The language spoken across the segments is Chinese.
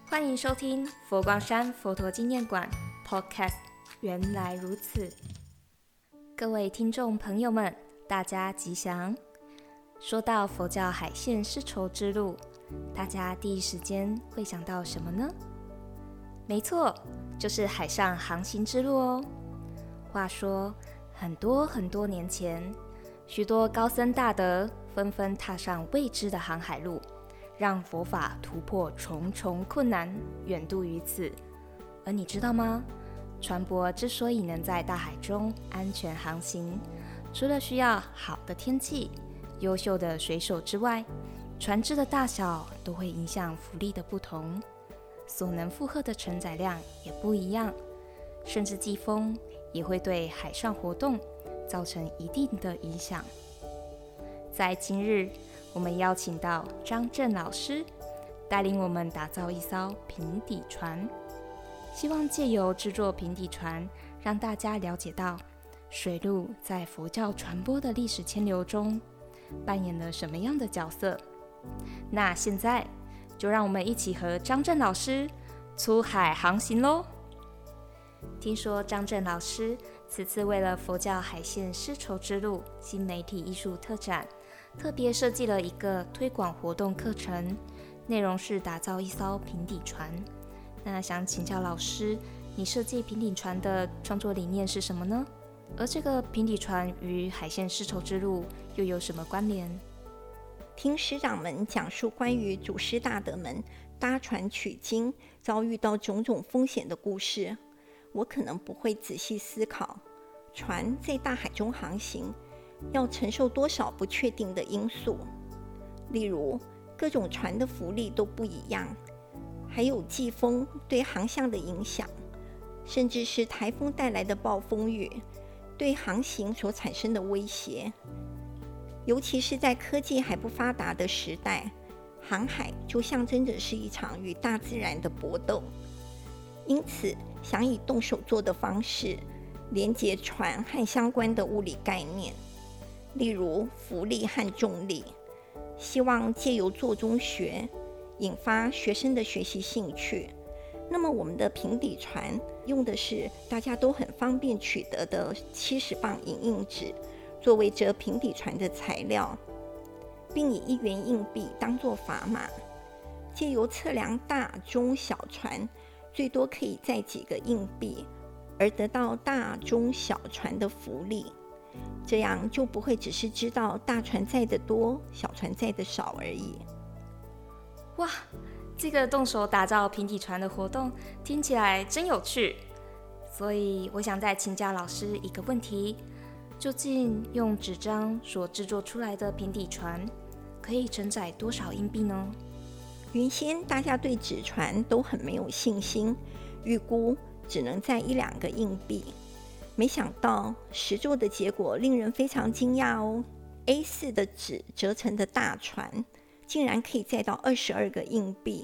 欢迎收听佛光山佛陀纪念馆 Podcast。原来如此，各位听众朋友们，大家吉祥。说到佛教海线丝绸之路，大家第一时间会想到什么呢？没错，就是海上航行之路哦。话说，很多年前，许多高僧大德纷纷踏上未知的航海路，让佛法突破重重困难，远渡于此。而你知道吗？船舶之所以能在大海中安全航行，除了需要好的天气、优秀的水手之外，船只的大小都会影响浮力的不同，所能负荷的承载量也不一样，甚至季风也会对海上活动造成一定的影响。在今日，我们邀请到张正老师，带领我们打造一艘平底船，希望借由制作平底船，让大家了解到水路在佛教传播的历史迁流中扮演了什么样的角色。那现在就让我们一起和张正老师出海航行咯。听说张正老师此次为了佛教海线丝绸之路新媒体艺术特展，特别设计了一个推广活动课程，内容是打造一艘平底船。那想请教老师，你设计平底船的创作理念是什么呢？而这个平底船与海线丝绸之路又有什么关联？ 听师长们讲述关于祖师大德们搭船取经遭遇到种种风险的故事，我可能不会仔细思考，船在大海中航行要承受多少不确定的因素，例如各种船的浮力都不一样，还有季风对航向的影响，甚至是台风带来的暴风雨对航行所产生的威胁。尤其是在科技还不发达的时代，航海就象征着是一场与大自然的搏斗。因此，想以动手做的方式连接船和相关的物理概念，例如浮力和重力，希望借由做中学引发学生的学习兴趣。那么我们的平底船用的是大家都很方便取得的70磅影印纸作为折平底船的材料，并以1元硬币当作砝码，借由测量大、中、小船最多可以载几个硬币，而得到大、中、小船的浮力，这样就不会只是知道大船载得多，小船载得少而已。 哇，这个动手打造平底船的活动听起来真有趣，所以我想再请教老师一个问题，究竟用纸张所制作出来的平底船可以承载多少硬币呢？ 原先大家对纸船都很没有信心，预估只能载1-2个硬币，没想到实作的结果令人非常惊讶哦。A4 的纸折成的大船竟然可以载到22个硬币，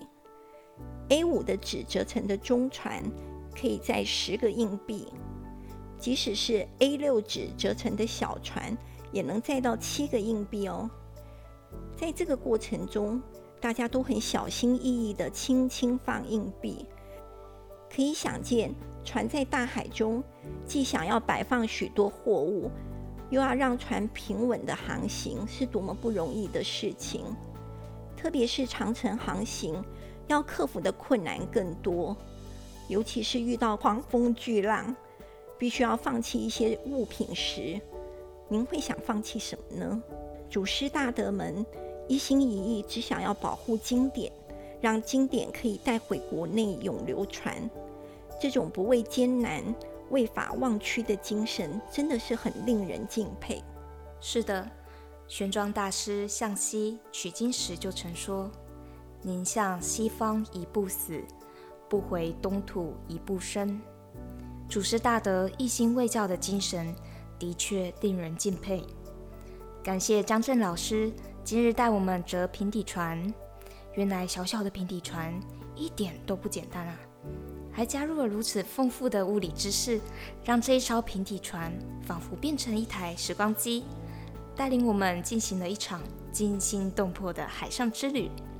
A5 的纸折成的中船可以载10个硬币，即使是 A6 纸折成的小船也能载到7个硬币哦。在这个过程中，大家都很小心翼翼地轻轻放硬币，可以想见船在大海中既想要摆放许多货物，又要让船平稳地航行，是多么不容易的事情。特别是长程航行要克服的困难更多，尤其是遇到狂风巨浪，必须要放弃一些物品时，您会想放弃什么呢？祖师大德们一心一意只想要保护经典，让经典可以带回国内永流传，这种不畏艰难、为法忘躯的精神真的是很令人敬佩。 是的，玄奘大师向西取经时就曾说：宁向西方一步死，不回东土一步生。祖师大德一心为教的精神的确令人敬佩。感谢张正老师今日带我们折平底船，原来小小的平底船一点都不简单啊，还加入了如此丰富的物理知识，让这一艘平底船仿佛变成一台时光机，带领我们进行了一场惊心动魄的海上之旅。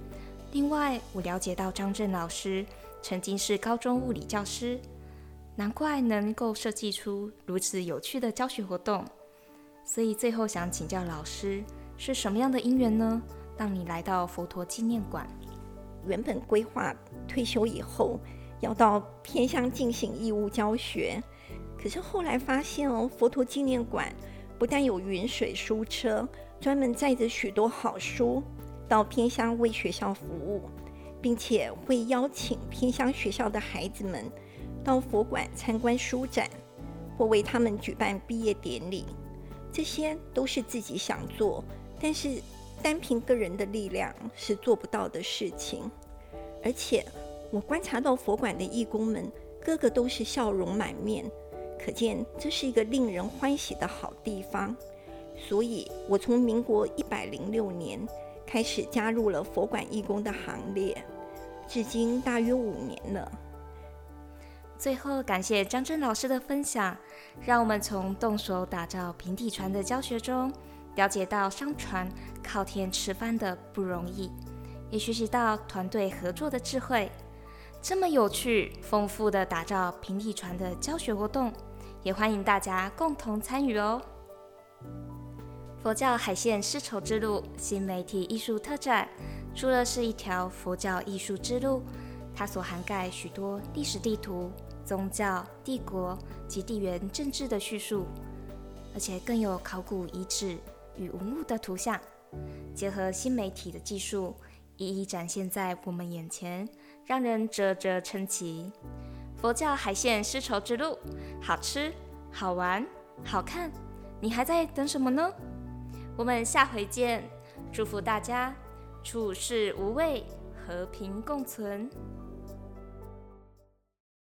另外，我了解到张正老师曾经是高中物理教师，难怪能够设计出如此有趣的教学活动。所以最后想请教老师，是什么样的因缘呢，让你来到佛陀纪念馆？ 原本规划退休以后要到偏乡进行义务教学，可是后来发现佛陀纪念馆不但有云水书车，专门载着许多好书到偏乡为学校服务，并且会邀请偏乡学校的孩子们到佛馆参观书展，或为他们举办毕业典礼。这些都是自己想做，但是单凭个人的力量是做不到的事情。而且我观察到佛馆的义工们个个都是笑容满面，可见这是一个令人欢喜的好地方。所以我从民国106年开始加入了佛馆义工的行列，至今大约5年了。 最后感谢张真老师的分享，让我们从动手打造平底船的教学中了解到商船靠天吃饭的不容易，也学习到团队合作的智慧。这么有趣丰富的打造平底船的教学活动，也欢迎大家共同参与哦。佛教海线丝绸之路新媒体艺术特展，除了是一条佛教艺术之路，它所涵盖许多历史地图、宗教、帝国及地缘政治的叙述，而且更有考古遗址与文物的图像，结合新媒体的技术，一一展现在我们眼前，让人啧啧称奇。佛教海线丝绸之路，好吃、好玩、好看，你还在等什么呢？我们下回见，祝福大家处事无畏，和平共存。